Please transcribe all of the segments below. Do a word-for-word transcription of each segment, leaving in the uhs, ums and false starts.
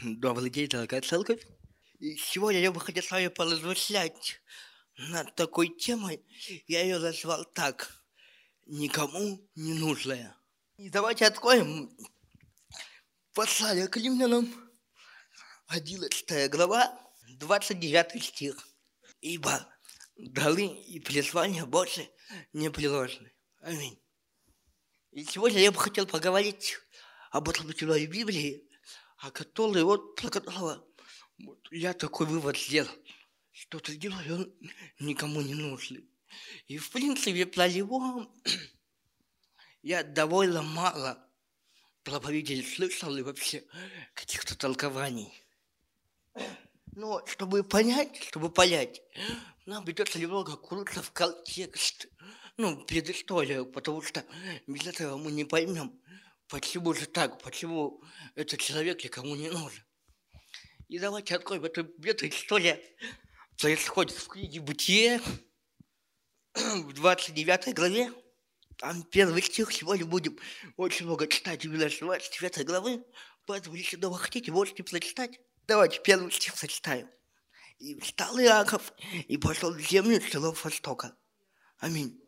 Добрый день, дорогая церковь. И сегодня я бы хотел с вами поразмышлять над такой темой. Я ее назвал так: никому не нужная. И давайте откроем послание к Римлянам, одиннадцатая глава, двадцать девятый стих. Ибо дары и призвания Божьи непреложны. Аминь. И сегодня я бы хотел поговорить об этом в Библии, о которой, вот, про которого вот, я такой вывод сделал, что ты делаешь, он никому не нужен. И в принципе про него я довольно мало проповедей слышал и вообще каких-то толкований. Но чтобы понять, чтобы понять, нам придется немного окунуться в контекст, ну, предысторию, потому что без этого мы не поймем, почему же так, почему этот человек никому не нужен. И давайте откроем, это, эта история происходит в книге «Бытие», в двадцать девятой главе, там первый стих. Сегодня будем очень много читать именно с двадцать девятой главы, поэтому, если дома хотите, можете прочитать. Давайте первый стих прочитаем. «И встал Иаков, и пошел в землю сынов Востока». Аминь.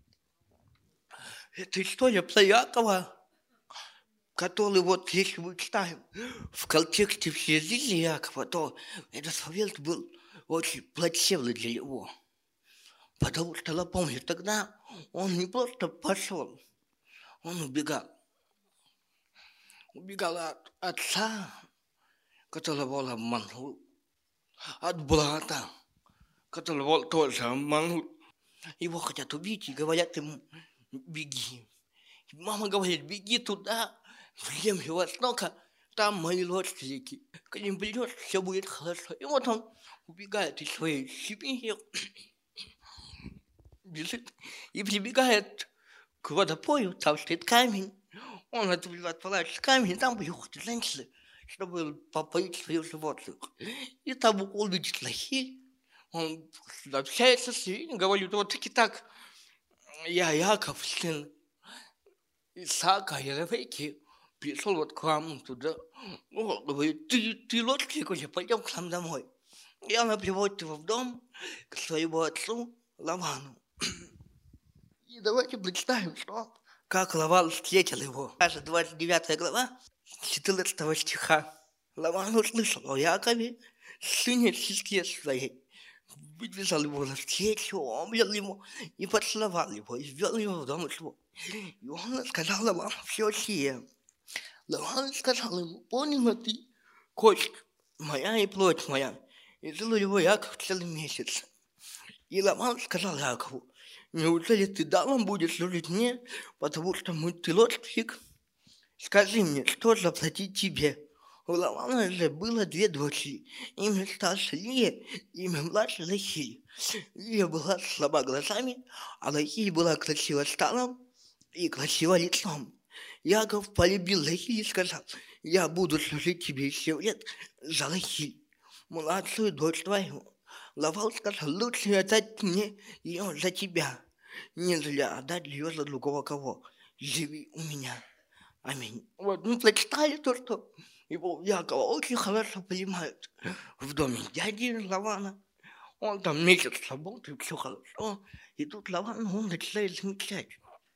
Это история про Иакова, который, вот если мы читаем в контексте всей жизни Иакова, то этот момент был очень плачевный для него. Потому что, напомню, тогда он не просто пошел, он убегал. Убегал от отца, которого он обманул, от брата, которого он тоже обманул. Его хотят убить и говорят ему: беги. И мама говорит: беги туда, в землю Востока, там мои родственники. К ним придешь, все будет хорошо. И вот он убегает из своей семьи, бежит и прибегает к водопою, там стоит камень. Он отправляется в камень, и там приходят женщины, чтобы попоить своих животных. И там он видит Рахиль, он общается с ней и говорит: вот таки так, я Яков, сын Исаака и Ревекки, пришел вот к вам туда. Он говорит: ты, ты родственник уже, пойдем к нам домой. И она приводит его в дом к своему отцу Лавану. И давайте представим, что как Лаван встретил его. Даже двадцать девятая глава, четырнадцатого стиха. Лаван услышал о Якове, сыне сестре своей. Выбежал его навстречу, обнял его и поцеловал его, и ввел его в дом свой. И он сказал Лавану все сие. Лаван сказал ему: понял ли ты, кость моя и плоть моя? И жил его Яков целый месяц. И Лаван сказал Якову: неужели ты даром будешь служить мне, потому что мы ты родственник? Скажи мне, что заплатить тебе? У Лавана же было две дочери, имя старшая Лия, имя младшая Рахиль. Лия была слаба глазами, а Рахиль была красива станом и красива лицом. Яков полюбил Рахиль и сказал: я буду служить тебе семь лет за Рахиль, младшую дочь твою. Лаван сказал: лучше отдать мне ее за тебя, нежели отдать ее за другого кого. Живи у меня. Аминь. Вот мы прочитали то, что его Якова очень хорошо понимают в доме дяди Лавана. Он там месяц работает, все хорошо. И тут Лаван, он начинает замечать,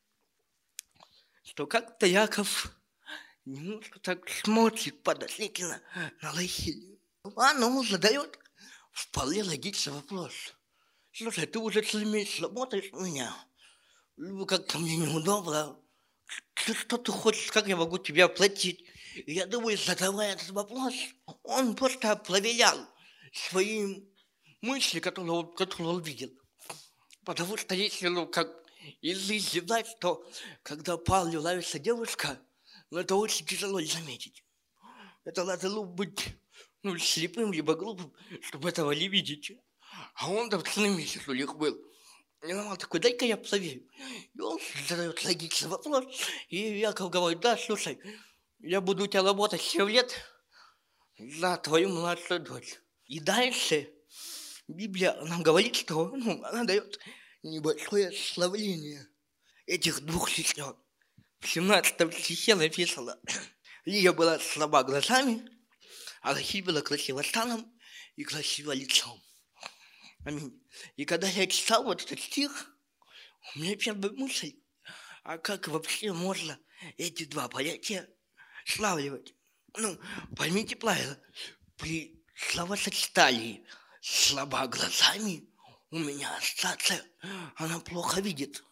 что как-то Яков немножко так смотрит подозрительно на Рахиль. Лаван ему задает вполне логичный вопрос: слушай, ты уже целый месяц работаешь у меня, как-то мне неудобно, что ты хочешь, как я могу тебе оплатить? И я думаю, задавая этот вопрос, он просто проверял свои мысли, которые он, которые он видел. Потому что если, ну, как из жизни знать, то когда парню нравится девушка, ну, это очень тяжело заметить. Это надо, ну, быть, ну, слепым либо глупым, чтобы этого не видеть. А он там целый месяц у них был. И мама такой: дай-ка я проверю. И он задает логичный вопрос. И Яков говорит: да, слушай, я буду у тебя работать семь лет за твою младшую дочь. И дальше Библия нам говорит, что, ну, она дает небольшое славление этих двух сестер. В семнадцатом стихе написано: Лия была слаба глазами, А Рахиль была красива станом и красива лицом. Аминь. И когда я читал вот этот стих, у меня первая мысль, а как вообще можно эти два понятия славливать? Ну, поймите правильно, при словосочетании слаба глазами у меня ассоциация, она плохо видит.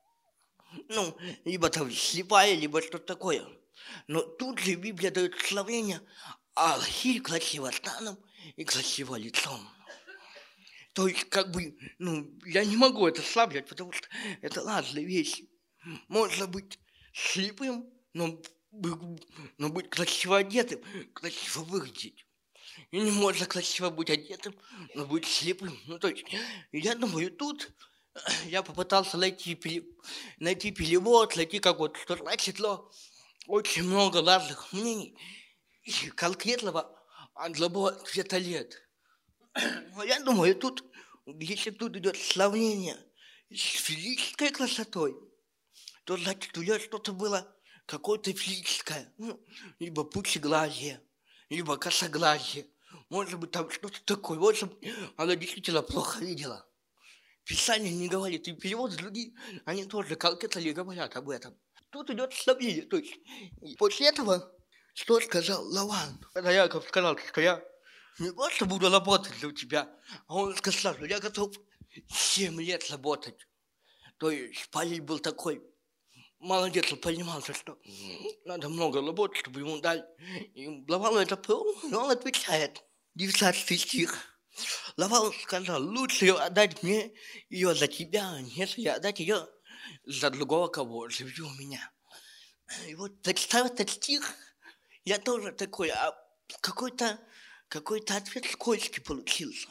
Ну, либо там слепая, либо что-то такое. Но тут же Библия дает славление, а Рахиль красиво станом и красиво лицом. То есть, как бы, ну, я не могу это славлять, потому что это разные вещи. Можно быть слепым, но, но быть красиво одетым, красиво выглядеть. И не можно красиво быть одетым, но быть слепым. Ну, то есть, я думаю, тут я попытался найти, найти перевод, найти как вот, что значит, но очень много разных мнений и конкретного одного ответа нет. Но я думаю, тут, если тут идет сравнение с физической красотой, то значит, у нее что-то было какое-то физическое, ну, либо пучеглазие, либо косоглазие, может быть, там что-то такое, может быть, она действительно плохо видела. Писание не говорит, и переводы другие, они тоже конкретно не говорят об этом. Тут идет сравнение, то есть, после этого, что сказал Лаван? Когда Яков сказал, что я не просто буду работать для тебя, а он сказал, что я готов семь лет работать. То есть парень был такой, молодец, он понимал, что надо много работать, чтобы ему дать. И Лаван это понял, и он отвечает. девятнадцатый стих. Лаван сказал, лучше ее отдать мне ее за тебя, нежели отдать ее за другого, кого живет у меня. И вот прочитав этот стих, я тоже такой, а какой-то какой-то ответ скользкий получился.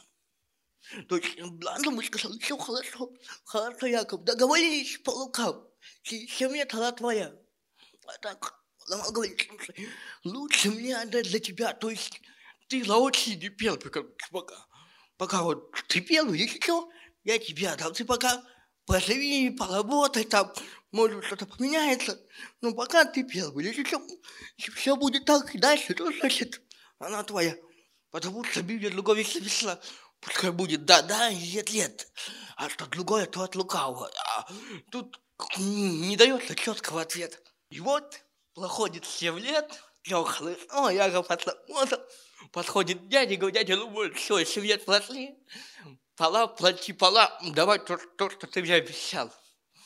То есть, ладно, мы сказали, все хорошо, хорошо, Яков, договорились по рукам, семь лет она твоя. А так, Лаван говорит, слушай, лучше мне отдать за тебя, то есть ты за очереди пел, пока, пока, пока вот ты пел, и все, я тебе отдал, ты пока поживи, поработай там, может что-то поменяется, но пока ты пел, если все, все будет так и дальше, то значит, она твоя. Потому что Библия другое вещь написала, пускай будет да-да и нет-нет, а что другое, то от лукавого. А тут не дается четкого ответа. И вот проходит семь лет, все хорошо, Яков отработал, подходит дядя, говорит, дядя, ну вот, все, семь лет прошли, пора, плати, пора, давай то, то, что ты мне обещал.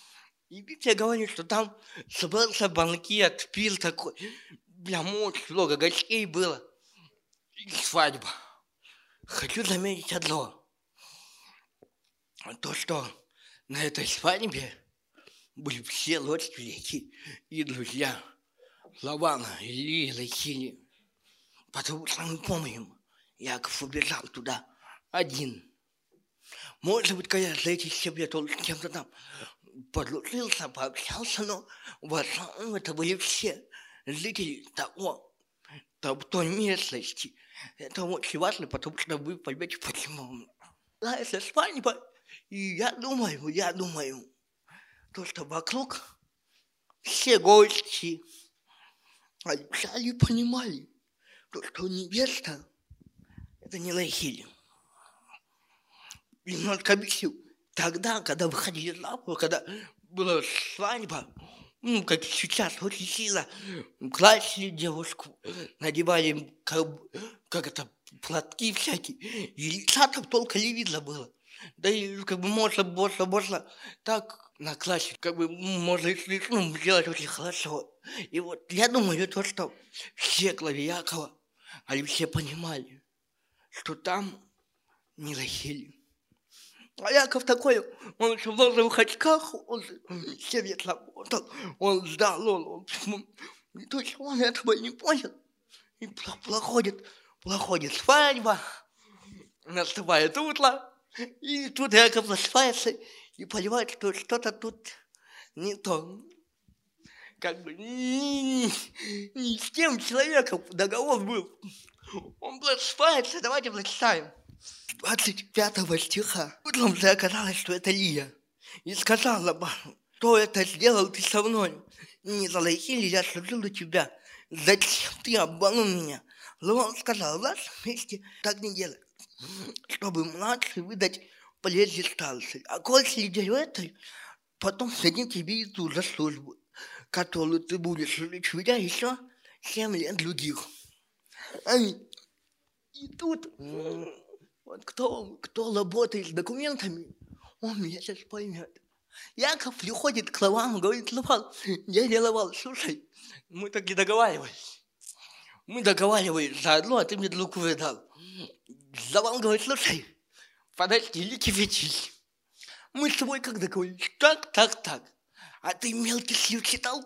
И Библия говорит, что там собрался банкет, пир такой, прям очень много гостей было. И свадьба. Хочу заметить одно. То, что на этой свадьбе были все родственники и друзья Лавана, Илии, Рахили. Потому что мы помним, Яков убежал туда один. Может быть, конечно, за эти семь лет он с кем-то там подружился, пообщался, но в основном это были все жители того, той местности. Это очень важно, потому что вы поймете, почему. Да, это свадьба, и я думаю, я думаю, то, что вокруг все гости, они понимали, то, что невеста – это не Рахиль. Немножко объясню. Тогда, когда выходили замуж, когда была свадьба, ну, как сейчас, очень сильно красили девушку, надевали им, как, как это, платки всякие, и лица там только не видно было. Да и как бы можно, можно, можно так накрасить, как бы можно ну, сделать очень хорошо. И вот я думаю, то, что все главе Якова, они все понимали, что там не Рахиль. А Яков такой, он еще в розовых очках, он семь лет работал, он ждал, он, он, и то есть он этого не понял. И проходит, проходит свадьба, наступает утро, и тут Яков просыпается и понимает, что что-то тут не то. Как бы не, не, не с тем человеком договор был. Он просыпается, давайте прочитаем. двадцать пятого стиха. Утром же оказалось, что это Лия. И сказал Лабану, что это сделал ты со мной? Не за Рахиль я служил у тебя. Зачем ты обманул меня? Лаван сказал, в нашем месте так не делают, чтобы младший выдать полезли старший. А если делаешь, потом садим тебе и ту за службу, которую ты будешь учить еще семь лет других. И тут вот кто, кто работает с документами, он меня сейчас поймет. Яков приходит к Лавану, говорит: Лаван, дядя Лаван, слушай, мы так и договаривались. Мы договаривались заодно, а ты мне друг выдал. Лаван говорит: слушай, подожди, или кипятись. Мы с тобой как договорились? Так, так, так. А ты мелкий слив читал?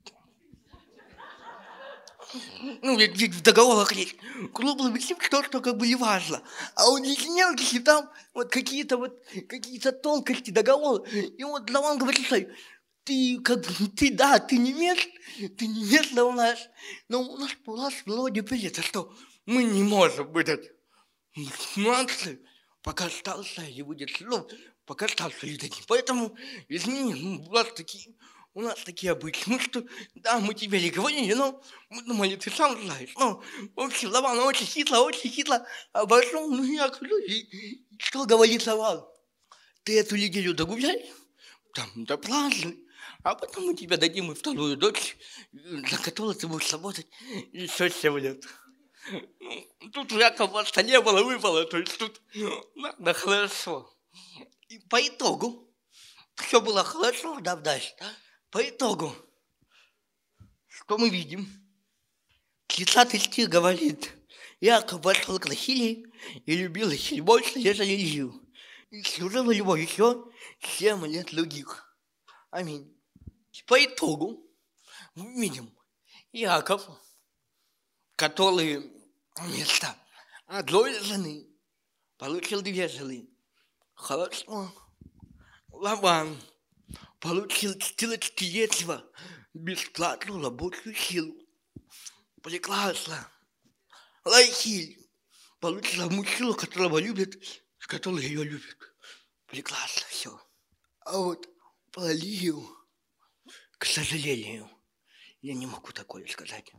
Ну, ведь, ведь в договорах есть крупный слив, что, что как бы не важно. А он здесь мелкий слив, там вот какие-то вот, какие-то тонкости договора. И вот Лаван говорит: слушай, ты как бы, ты, да, ты не местный, ты не местный у нас, но у нас, у нас вроде принято, что мы не можем выдать младший, пока старший не будет, ну, пока старший не дадим. Поэтому измени, ну, у нас такие, у нас такие обычаи. Мы что, да, мы тебе не говорили, но мы думали, ты сам знаешь. Ну, в общем, Лаван очень хитро, очень хитро обошел, ну, я говорю, и что говорит Лаван? Ты эту неделю догуляй, там, да празднуй, а потом мы тебе дадим и вторую дочь, за которую ты будешь работать еще семь лет. Ну, тут у Якова что не было, выпало, то есть тут надо хорошо. И по итогу, все было хорошо, да, дальше, да? По итогу, что мы видим? тридцатый стих говорит: Яков вошел к Рахиле и любил Рахиль больше, нежели Лию. И служил его еще семь лет других. Аминь. По итогу мы видим Яков, который вместо одной жены получил две жены. Хорошо. Лаван получил четырнадцатилетнего бесплатную рабочую силу. Прекрасно. Рахиль получила мужчину, которого любит, который ее любит. Прекрасно все. А вот про Лию, к сожалению, я не могу такое сказать.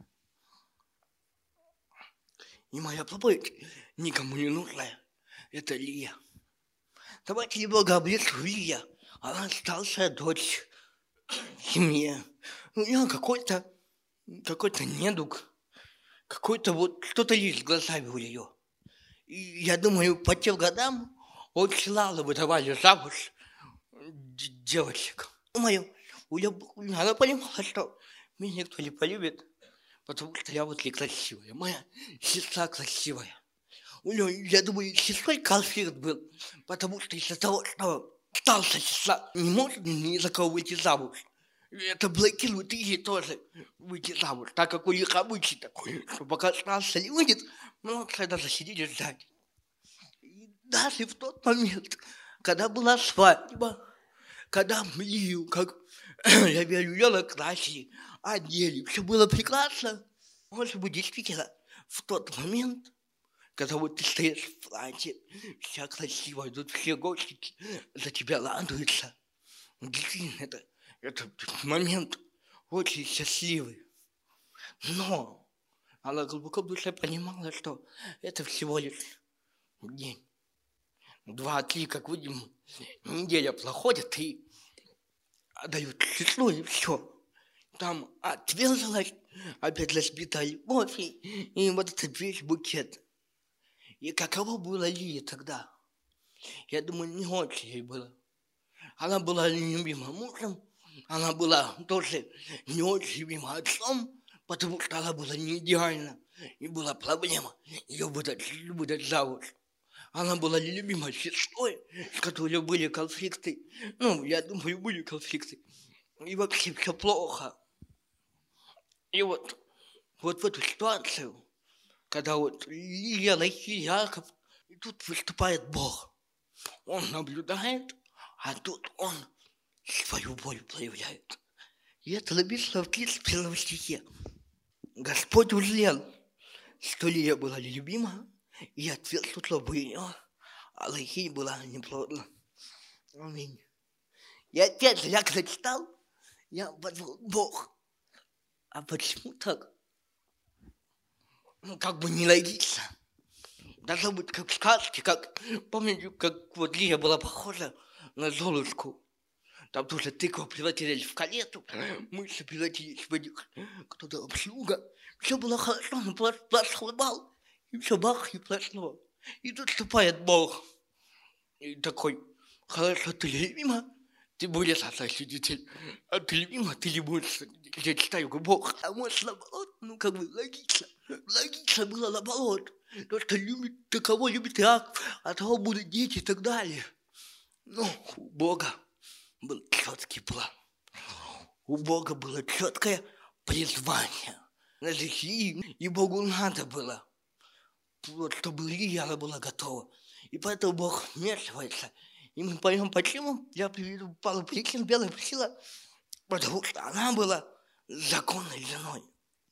И моя проповедь никому не нужная. Это Лия. Давайте немного облечу Лия. Она старшая дочь в семье. У нее какой-то какой-то недуг. Какой-то вот что-то есть с глазами у нее. И я думаю, по тем годам очень мало выдавали замуж девочек. Думаю, она понимала, что меня никто не полюбит, потому что я вот некрасивая. Моя сестра красивая. У нее, я думаю, с сестрой конфликт был, потому что из-за того, что старшая сестра не может ни за кого выйти замуж, это блокирует ей тоже выйти замуж, так как у них обычай такой, что пока старшая не выйдет, младшая даже сидит и ждать. И даже в тот момент, когда была свадьба, когда Лию, как я верю, ее накрасили, одели, все было прекрасно. Может быть, действительно, в тот момент, когда вот ты стоишь в платье, вся красивая, тут все гости за тебя радуются. Действительно, это, это момент очень счастливый. Но она глубоко в душе понимала, что это всего лишь день. Два-три, как видим, неделя проходит, и отдают число, и все. Там отвязалась, опять разбита любовь, и, и вот этот весь букет. И каково было Лии тогда? Я думаю, не очень ей было. Она была любима мужем, она была тоже не очень любима отцом, потому что она была не идеальна, и была проблема ее выдать, выдать замуж. Она была нелюбимой сестрой, с которой были конфликты. Ну, я думаю, были конфликты. И вообще все плохо. И вот, вот в эту ситуацию, когда вот Лия, Рахиль, Яков, и тут выступает Бог. Он наблюдает, а тут он свою волю проявляет. И это написано в тридцать первом стихе. Господь узрел, что Лия была нелюбима, и отвел утробу ее, а Рахиль была неплодна. Аминь. И опять же, я когда читал, я подумал: Бог, а почему так? ну, как бы не логично. Должно быть как в сказке, как, помните, как вот Лия была похожа на Золушку. Там тоже тыква превратилась в карету, мыши превратились в этих, кто-то обслуга. Все было хорошо, но плащ, плащ хлебал, и все бах, и прошло. И тут вступает Бог. И такой: хорошо, ты любима, ты будешь отдать детей. А ты любима, ты не будешь. Я читаю, Бог. А может, наоборот, ну как бы логично. Логично было наоборот. То, что любит, то, кого любит Иаков, а того будут дети и так далее. Ну, у Бога был четкий план. У Бога было четкое призвание. И, и Богу надо было, вот, чтобы Лия была готова. И поэтому Бог вмешивается. И мы поймем, почему. Я приведу пару причин. Белая причина, потому что она была законной женой.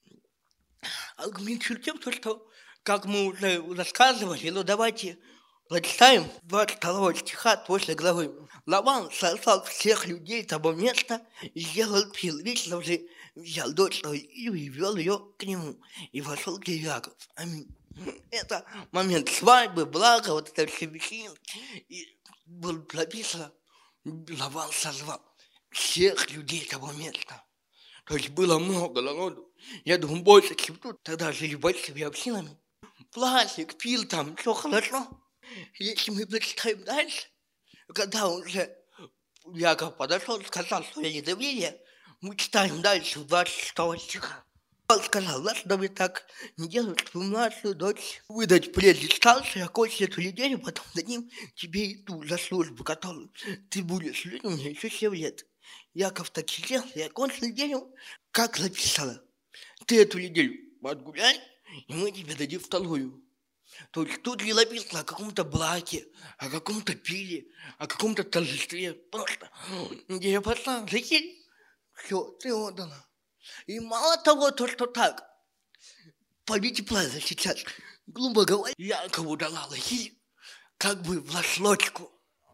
Аргументирую тем, что, как мы уже рассказывали, но давайте прочитаем двадцать второго стиха после главы. Лаван созвал всех людей того места и сделал пир. Лично же взял дочь Иву и вел ее к нему. И вошел к Иаков. Аминь. Это момент свадьбы, блага, вот это все вещи. И было написано, Лаван созвал всех людей того места. То есть было много народу. Я думаю, больше, чем тут. Тогда жили большими общинами. Пластик, пил там, все хорошо. Если мы прочитаем дальше, когда уже Яков подошел, сказал свое недоверие, мы читаем дальше в двадцать шестого стиха. Он сказал: наш доме так не делают, чтобы младшую дочь выдать прежде старшей, а кончить эту неделю, потом дадим тебе и ту за службу, которую ты будешь жить у меня еще семь лет. Яков так сидел и окончил неделю, как написано: ты эту неделю отгуляй, и мы тебе дадим вторую. То есть тут не написано о каком-то браке, о каком-то пиле, о каком-то торжестве. Просто неделя пошла, закинь, все, ты отдана. И мало того, то, что так, поймите правильно сейчас, грубо говоря, Якову дала Лахиль как бы в рассрочку.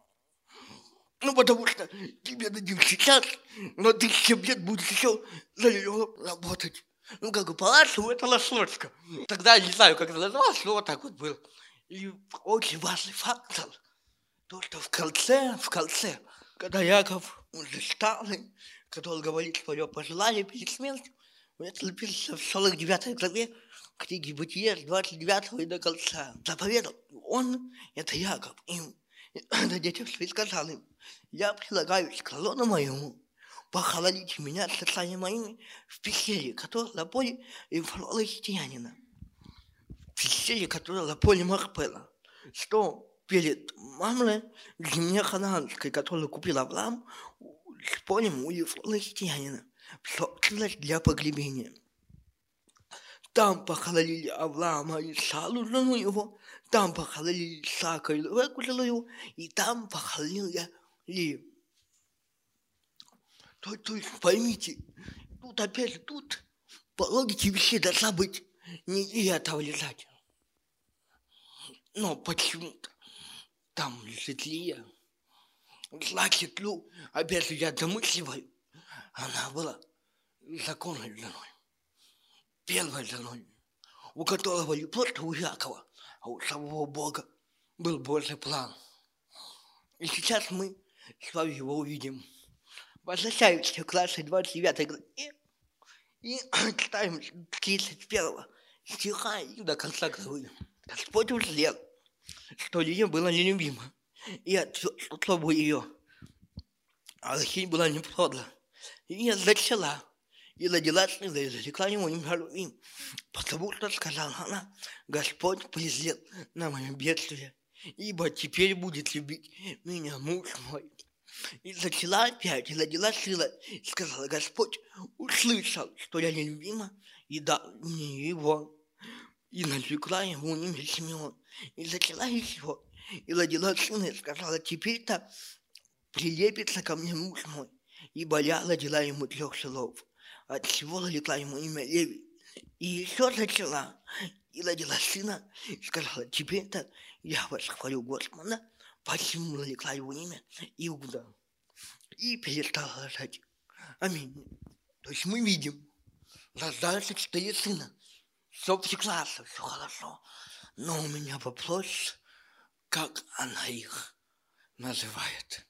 Ну, потому что тебе дадим сейчас, но ты семь лет будешь еще за нее работать. Ну, как бы по-нашему, это рассрочка. Тогда я не знаю, как это называлось, но вот так вот было. И очень важный фактор, то, что в конце, в конце, когда Яков уже старый, который говорит свое пожелание перед смертью, это написано в сорок девятой главе книги Бытия, с двадцать девятого и до конца. Заповедал он, это Яков, им, на детях своих сказал им: я предлагаю к колону моему похоронить меня с отцами моими в пещере, которая на поле Ефролохитянина, в пещере, которая на поле Махпела, что перед Мамле, земле ханаанской, которую купил Авраам с полем у Ефролохитянина, собственность для погребения. Там похоронили Авраама и Сару, жену его, там похоронили Исаака и Ревекку, жену его, и там похоронил я Лию. То, то есть, поймите, тут опять же, тут по логике вещей должна быть не Лия там лежать. Но почему-то там лежит Лия. Значит, ну, опять же, я домысливаю, она была законной женой, первой женой, у которого не просто у Якова, а у самого Бога был Божий план. И сейчас мы с вами его увидим. Возвращаюсь к нашей двадцать девятой главе и читаем тридцать первого стиха и до конца главы. Господь узрел, что Лия была нелюбима, и отвел славу ее, а Рахиль была неплодна. Лия зачала и родила сына, и зарекла ему имя Рувим, потому что сказала она: Господь презрел на мое бедствие, ибо теперь будет любить меня муж мой. И зачала опять, и родила сына, и сказала: Господь услышал, что я нелюбима, и дал мне его. И нарекла ему имя Симеон. И зачала еще, и родила сына, и сказала: теперь-то прилепится ко мне муж мой. Ибо я родила ему трех сынов, от чего нарекла ему имя Леви. И еще зачала, и родила сына, и сказала: теперь-то я восхвалю Господа, почему нарекла его имя Иуда. И перестала рожать. Аминь. То есть мы видим, рождаются четыре сына. все прекрасно, все хорошо. Но у меня вопрос, как она их называет.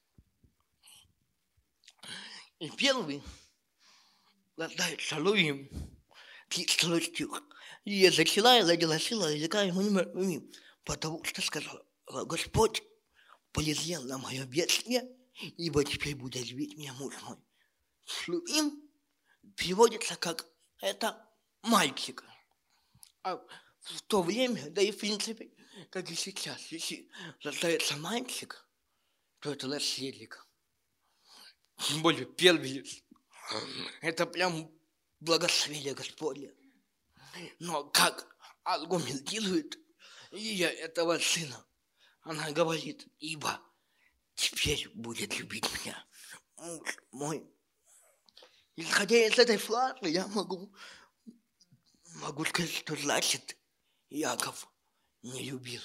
И первый рождает Шалуим, тридцать стих. И я зачала, и родила сила, языка ему не мертвым, потому что сказал Господь, полезел на мое бедствие, ибо теперь будет любить меня муж мой. Шлуим переводится как «это мальчик». А в то время, да и в принципе, как и сейчас, если рождается мальчик, то это наследник. Тем более первенец. Это прям благословение Господне. Но как аргументирует Лия этого сына? Она говорит, ибо теперь будет любить меня муж мой. Исходя из этой фразы, я могу, могу сказать, что значит Яков не любил.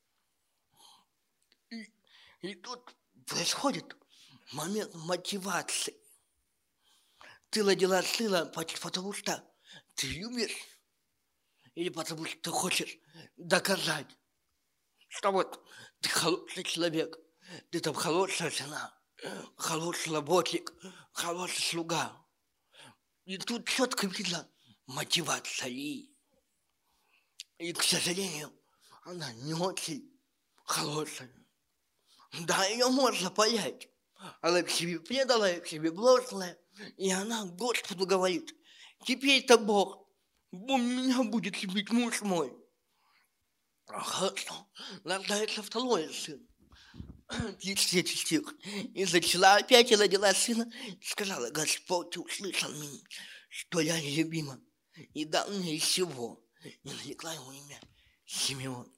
И, и тут происходит момент мотивации. Ты родила сына, потому что ты любишь, или потому что ты хочешь доказать, что вот ты хороший человек, ты там хорошая жена, хороший работник, хороший слуга. И тут четко видно мотивация Лии. И, к сожалению, она не очень хорошая. Да, ее можно понять. Она к себе предала, к себе бросила, и она Господу говорит, теперь-то Бог, у меня будет любить муж мой. Хорошо, рождается второй сын. тридцать третий стих. И зачала опять и родила сына, и сказала, Господь услышал меня, что я нелюбима, и дал мне из всего, и нарекла ему имя Симеон.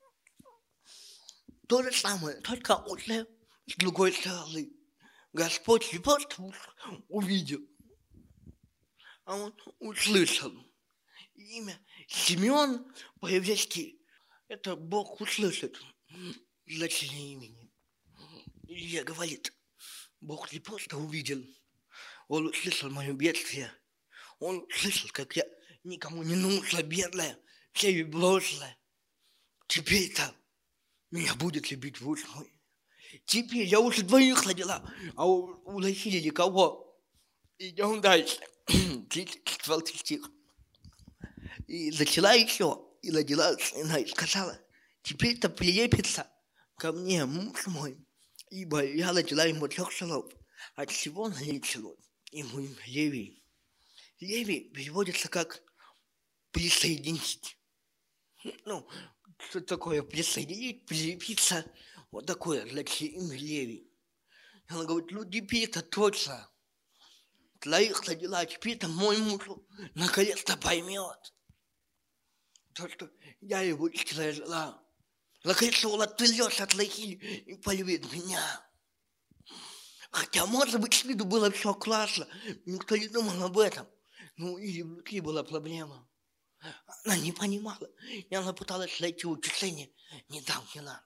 То же самое, только уже с другой стороны. Господь не просто увидел, а он услышал. Имя Симеон по-еврейски это Бог услышит значение имени. Илья говорит, Бог не просто увидел, он услышал мое бедствие, он услышал, как я никому не нужна, бедная, все брошенная. Теперь-то меня будет любить муж мой. Теперь я уже двоих родила, а у, у Рахили никого. Идем дальше. тридцать четвёртый стих. И зачала еще, и родила сына, и сказала, теперь-то прилепится ко мне муж мой, ибо я родила ему трех сынов, от всего наличило ему имя Левий. Левий переводится как присоединить. Ну, что такое присоединить, прилепиться, вот такое значение имя Левий. Она говорит, ну теперь-то точно, троих родила, а теперь-то мой муж наконец-то поймет. То, что я его истинная жила. Наконец-то он отвлечется от Рахили и полюбит меня. Хотя, может быть, с виду было все классно, никто не думал об этом. Ну, или внутри была проблема. Она не понимала, и она пыталась найти утешение не там, где надо.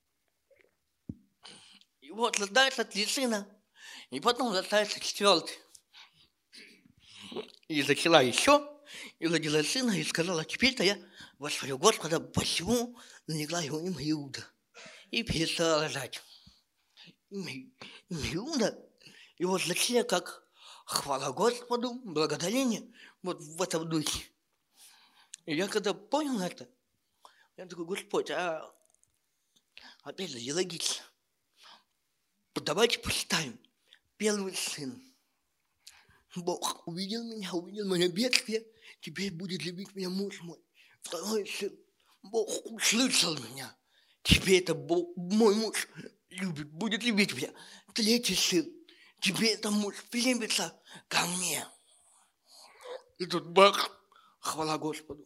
И вот рождается три сына, и потом рождается четвертый. И зачала еще, и родила сына, и сказала, теперь-то я восхвалю Господа, посему налегла его имя Иуда. И перестала рожать. Имя, имя Иуда, его значение как хвала Господу, благодарение, вот в этом духе. И я когда понял это, я такой, Господь, а опять же, нелогично. Давайте посчитаем. Первый сын. Бог увидел меня, увидел мое бедствие, теперь будет любить меня муж мой. Второй сын. Бог услышал меня. Теперь это Бог, мой муж любит, будет любить меня. Третий сын. Теперь это муж прилепится ко мне. И тут бах, хвала Господу.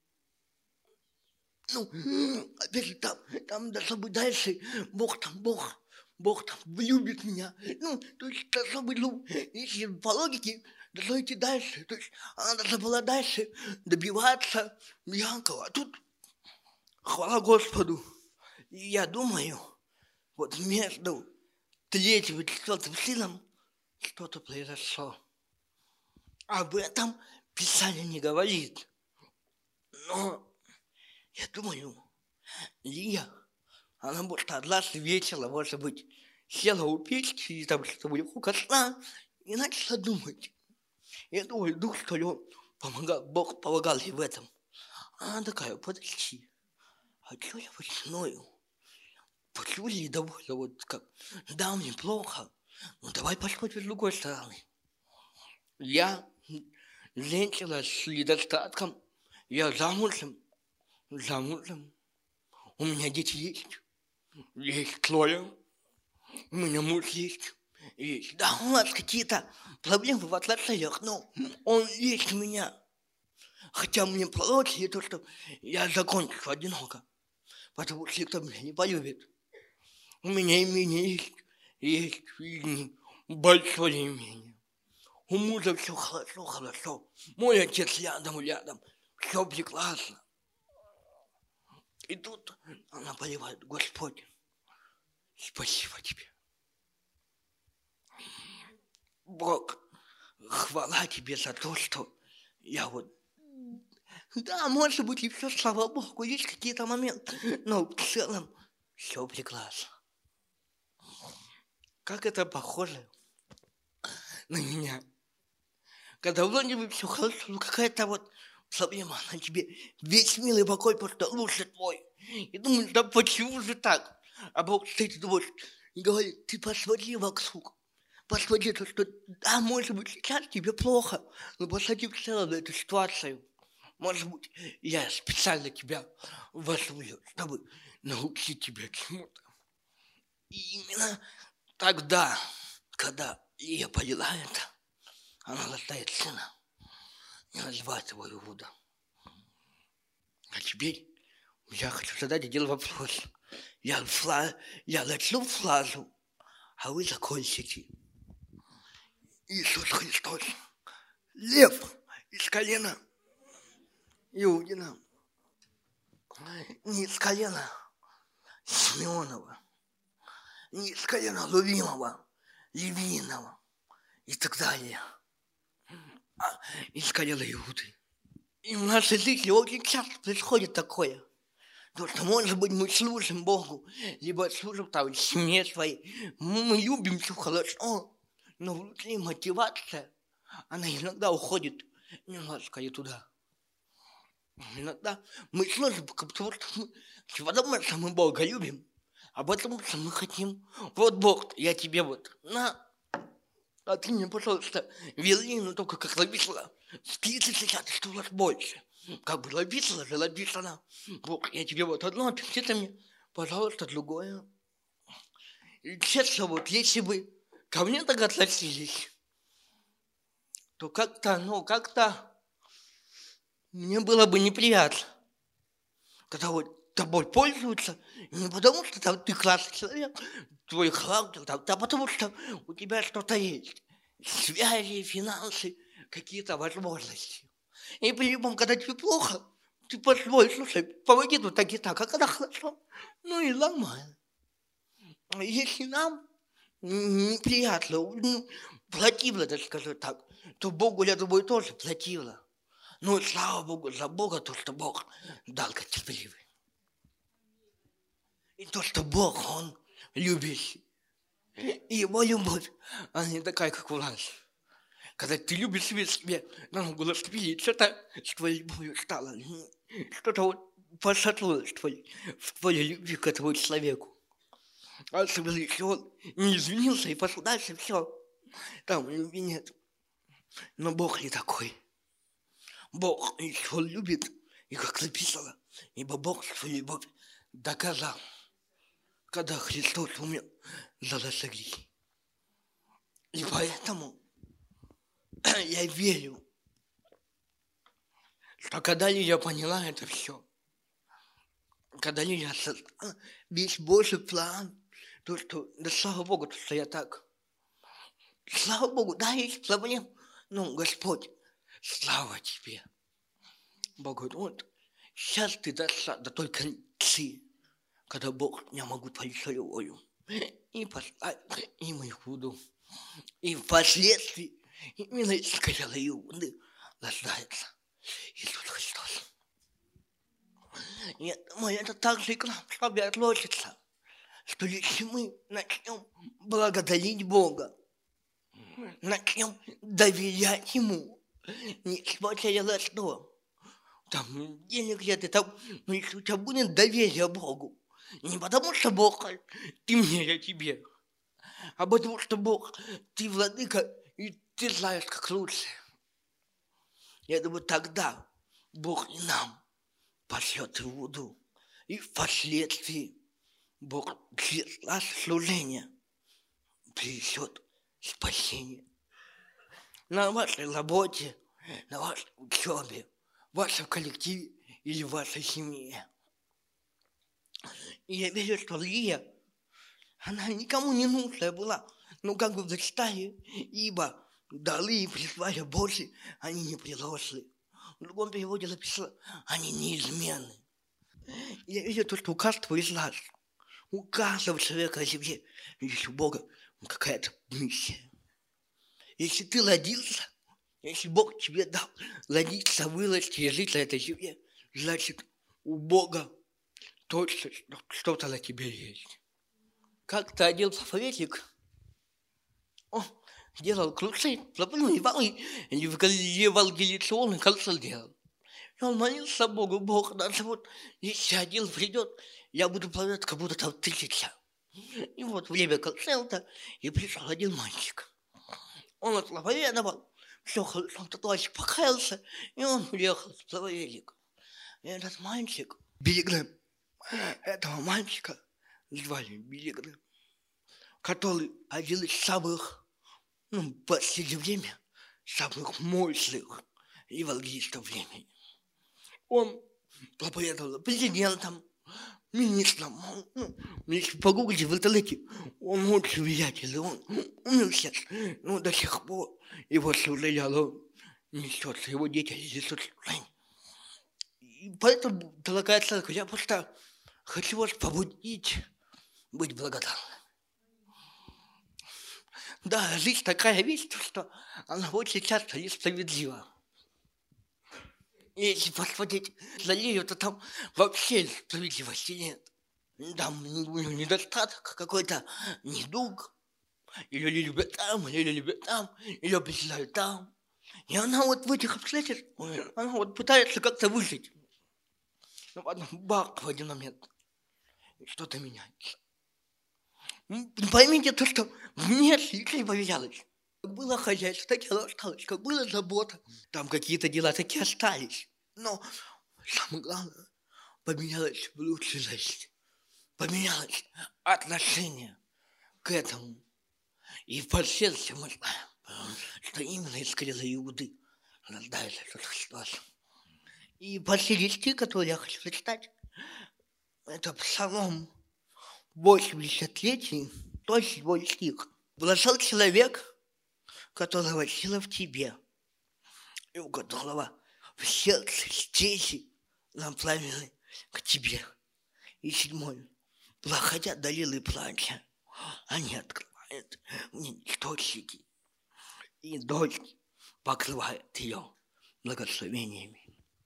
Ну, опять же, там, там должно быть дальше. Бог там, Бог, Бог там любит меня. Ну, то есть должно быть, ну, если по логике, должно идти дальше. То есть она должна была дальше добиваться Якова. А тут хвала Господу. И я думаю, вот между третьим и четвертым сыном что-то произошло. Об этом Писание не говорит. Но я думаю, Лия, она может однажды вечером, может быть, села у печки и там что-то у костра и начала думать. Я думаю, Дух, что ли, он помогал, Бог помогал ей в этом. Она такая, подожди, а что я весной? Почему ей довольно вот как, да, мне плохо, ну давай посмотрим с другой стороны. Я женщина с недостатком, я замужем, замужем, у меня дети есть, есть трое, у меня муж есть, есть. Да, у нас какие-то проблемы в отношениях, но он есть у меня. Хотя мне проще то, что я закончу одиноко, потому что никто меня не полюбит. У меня имение есть, есть и большое имение. У мужа все хорошо, хорошо. Мой отец рядом, рядом. Все прекрасно. И тут она поливает: Господь, спасибо тебе. Бог, хвала тебе за то, что я вот... Да, может быть, и все, слава Богу, есть какие-то моменты, но в целом все прекрасно. Как это похоже на меня. Когда вроде бы все хорошо, но какая-то вот проблема на тебе. Весь милый покой просто лучше твой. И думаешь, да почему же так? А Бог стоит и говорит: ты посмотри вокруг. Посмотри, то, что да, может быть, сейчас тебе плохо, но посмотри в целом на эту ситуацию. Может быть, я специально тебя возьму, чтобы научить тебя чему-то. И именно тогда, когда я поняла это, она рождает сына и называет его Иуда. А теперь я хочу задать один вопрос. Я, фла... я начну фразу, а вы закончите. Иисус Христос, лев из колена Иудина, не из колена Симеонова, не из колена Лувимова, Левиного и так далее, а из колена Иуды. И в нашей жизни очень часто происходит такое. То, что, может быть, мы служим Богу, либо служим там семье своей, мы любим все хорошо, но внутри мотивация, она иногда уходит немножко не туда. Иногда мы служим, потому что мы, потому что мы Бога любим, а потому что мы хотим: вот Бог, я тебе вот на, а ты мне, пожалуйста, вели, ну только как написано, в тридцать шестьдесят, что у вас больше. Как бы написано же, написано: Бог, я тебе вот одно, а ты мне, пожалуйста, другое. И честно, вот если бы ко мне так относились, то как-то, ну, как-то мне было бы неприятно, когда вот тобой пользуются, не потому что там ты классный человек, твой характер, там, а потому что у тебя что-то есть, связи, финансы, какие-то возможности. И при этом, когда тебе плохо, ты позволь: слушай, помоги тут так и так, а когда хорошо, ну и нормально. Если нам неприятно, ну, противно, так скажу так, то Богу, я думаю, тоже противно. Ну, и слава Богу за Бога, то, что Бог долготерпеливый. И то, что Бог, Он любящий. И Его любовь, она не такая, как у нас. Когда ты любишь себе, себе на ногу наступили, что-то с твоей любовью стало, что-то вот пошатнулось в твоей, в твоей любви к этому человеку. А если он не извинился и пошел дальше, все, там любви нет. Но Бог не такой. Бог еще любит, и как написано, ибо Бог свою любовь доказал, когда Христос умер за наши грехи. И поэтому я верю, что когда Лилия поняла это все, когда Лилия осознала весь Божий план, то, что, да слава Богу, то, что я так, слава Богу, да, есть проблем, ну, Господь, слава тебе. Бог говорит: вот, сейчас ты дошла до той концы, когда Бог меня могут творить свою волю. И послать им Иуду. И впоследствии именно из колена Иуды рождается Иисус Христос. Я думаю, это так же и к нам с вами относится, что если мы начнем благодарить Бога, начнем доверять Ему, несмотря ни на что, там денег нет, и там, ну, если у тебя будет доверие Богу, не потому что Бог, ты мне, я тебе, а потому что Бог, ты владыка, и ты знаешь, как лучше. Я думаю, тогда Бог и нам пошлет воду, и впоследствии Бог через наше служение принесет спасение. На вашей работе, на вашей учебе, в вашем коллективе или в вашей семье. И я верю, что Лия, она никому не нужная была, ну как бы в зачитании, ибо дары и призвания Божьи, они не приросли. В другом переводе написано, они неизменны. Я верю, то, что у каждого из нас, у каждого человека на земле есть у Бога какая-то миссия. Если ты родился, если Бог тебе дал родиться, вырасти и жить на этой земле, значит, у Бога точно что-то на тебе есть. Как-то один проповедник, он делал кружки, ну, евангелиционный концерт делал. И он молился Богу, Бог, даже вот если один придет, я буду плавать, как будто там тысяча. И вот время концерта, и пришел один мальчик. Он отповедовал, все хорошо, тот мальчик покаялся, и он уехал с проповедником. И этот мальчик, Билли Грэм, этого мальчика звали Билли Грэм, который один из самых, ну, в последнее время, самых мощных евангелистов времени. Он проповедовал президентом, министром. Ну, если погуглите в интернете, он очень влиятельный, он умер сейчас, но до сих пор его служение, оно несется, его дети несут служение. И поэтому, дорогая церковь, я просто хочу вас побудить быть благодарным. Да, жизнь такая вещь, что она очень часто несправедлива. Если посмотреть на нее, то там вообще справедливости нет. Там недостаток какой-то, недуг. Или не любят там, или любят там, или объясняют там. И она вот в этих обстоятельствах, она вот пытается как-то выжить. Но потом бах, в один момент что-то меняется. Поймите то, что внешне ничего не поменялось. Как было хозяйство, так и оно осталось. Как была забота, там какие-то дела такие остались. Но самое главное, поменялось в лучшую жизнь. Поменялось отношение к этому. И впоследствии мы знаем, что именно из крила Иуды рождается этот Христос. И последний стих, который я хочу зачитать, это Псалом восемьдесят три, то седьмой стих. «Блажен человек, которого сила в тебе, и у которого в сердце стези направлены к тебе». И седьмой. «Проходя долины плача, они открывают мне источники, и дождь покрывает ее благословениями».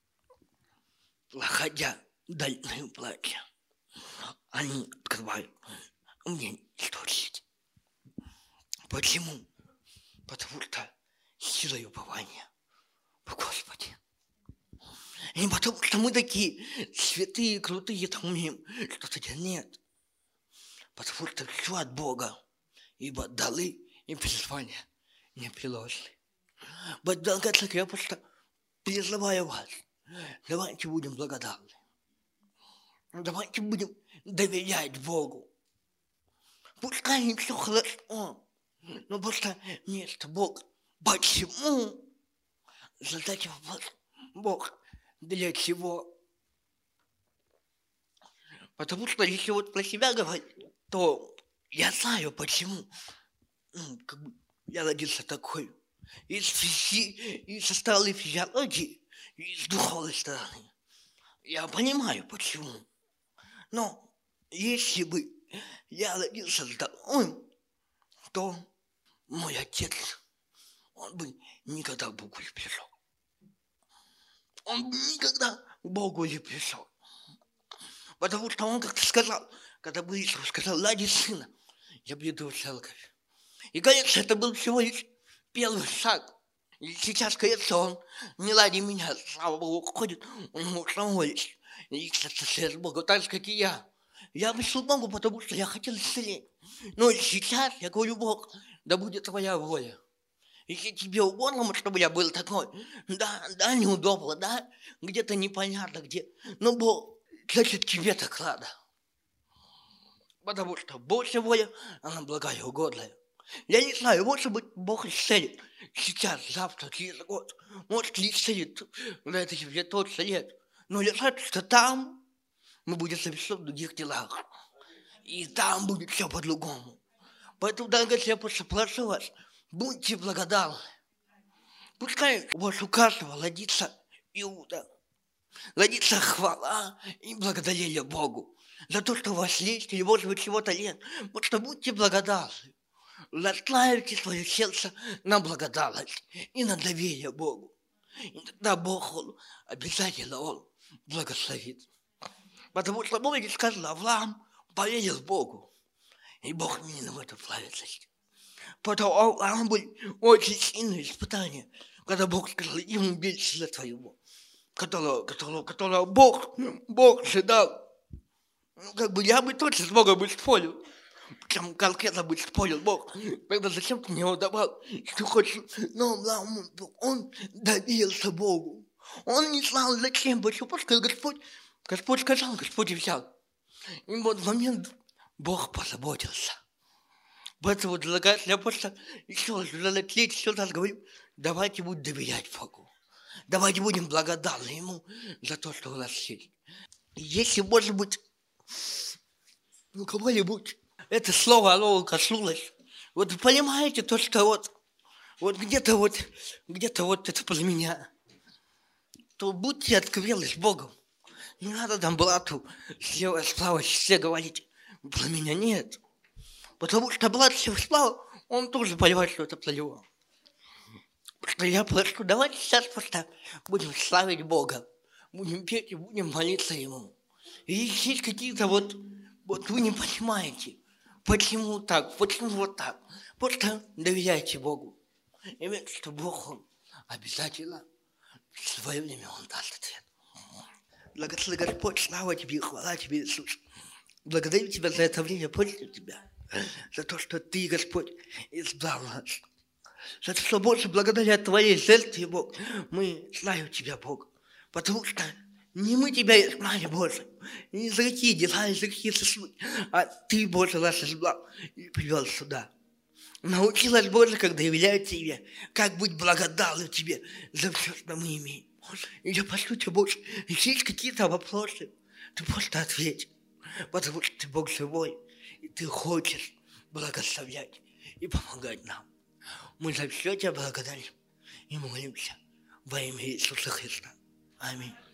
Проходя долины плача, они открывают мне источники. Почему? Потому что сила и упование в Господе. И не потому, что мы такие святые, крутые, там умеем что-то делать. Нет. Потому что все от Бога. Ибо дары и призвания не приложены. Вот, дорогая церковь, я просто призываю вас. Давайте будем благодарны. Давайте будем доверять Богу. Пускай не все хорошо, но просто нет, Бог. Почему? Задайте вопрос. Бог, для чего? Потому что если вот про себя говорить, то я знаю почему. Ну, как бы я родился такой. Из физи... из со стороны физиологии, и с духовной стороны. Я понимаю почему. Но если бы я родился здоровым, то мой отец, он бы никогда к Богу не пришел. Он бы никогда к Богу не пришел. Потому что он как-то сказал, когда был Иисус, сказал: ради сына я приду в церковь. И, конечно, это был всего лишь первый шаг. И сейчас, конечно, он не ради меня, слава Богу, ходит, он ему самого лишь лично с Богом, так же, как и я. Я пришел к Богу, потому что я хотел исцеления. Но сейчас я говорю: Бог, да будет твоя воля. Если тебе угодно, чтобы я был такой, да, да, неудобно, да, где-то непонятно где, но Бог, значит, тебе так надо. Потому что Божья воля, она благая и угодная. Я не знаю, может быть, Бог исцелит сейчас, завтра, через год. Может, не исцелит на этой земле точно нет. Но я знаю, что там мы будем совершать в других делах. И там будет все по-другому. Поэтому, дорогие, я просто прошу вас, будьте благодарны. Пускай у вас у каждого родится Иуда, родится хвала и благодарение Богу за то, что у вас есть, или, может быть, чего-то нет. Вот что будьте благодарны. Настраивайте свое сердце на благодарность и на доверие Богу. И тогда Бог, Он обязательно Он благословит. Потому что, помните, сказано, Авраам поверил Богу, и Бог мне в этом праведность. Потому Авраам был очень сильное испытание, когда Бог сказал: ему бей сына твоего, которого, которого, которого Бог, Бог же дал. Ну, как бы я бы точно с Богом бы спорил. Прям конкретно бы спорил: Бог, тогда зачем ты мне его давал? Ты хочешь? Но он, он доверился Богу. Он не знал, зачем. Почему? Потому что Господь, Господь сказал, Господь взял. И вот в момент Бог позаботился. Поэтому, дорогая, я просто еще раз, уже на третий еще раз говорю: давайте будем доверять Богу. Давайте будем благодарны Ему за то, что у нас есть. Если, может быть, ну, кого-нибудь это слово, оно коснулось. Вот вы понимаете то, что вот, вот где-то вот, где-то вот это про меня, то будьте откровенны с Богом. Не надо там брату слева справа все говорить: про меня нет. Потому что брат слева справа, он тоже понимает, что это про него. Потому что я прошу, давайте сейчас просто будем славить Бога, будем петь и будем молиться Ему. И если есть какие-то вот, вот вы не понимаете, почему так, почему вот так, просто доверяйте Богу. И верьте, что Бог, Он обязательно в свое время Он даст ответ. Благослови Господь, слава Тебе и хвала Тебе, Иисус. Благодарю Тебя за это время после Тебя, за то, что Ты, Господь, избрал нас. За то, что больше благодаря Твоей жертве, Бог, мы знаем Тебя, Бог. Потому что не мы Тебя избрали, Боже, не за какие дела, не за какие заслуги, а Ты, Боже, нас избрал и привел сюда. Научи нас, Боже, как доверять Тебе, как быть благодарным Тебе за все, что мы имеем. И я прошу Тебя, Боже, если есть какие-то вопросы, Ты просто ответь, потому что Ты Бог живой, и Ты хочешь благословлять и помогать нам. Мы за все Тебя благодарим и молимся во имя Иисуса Христа. Аминь.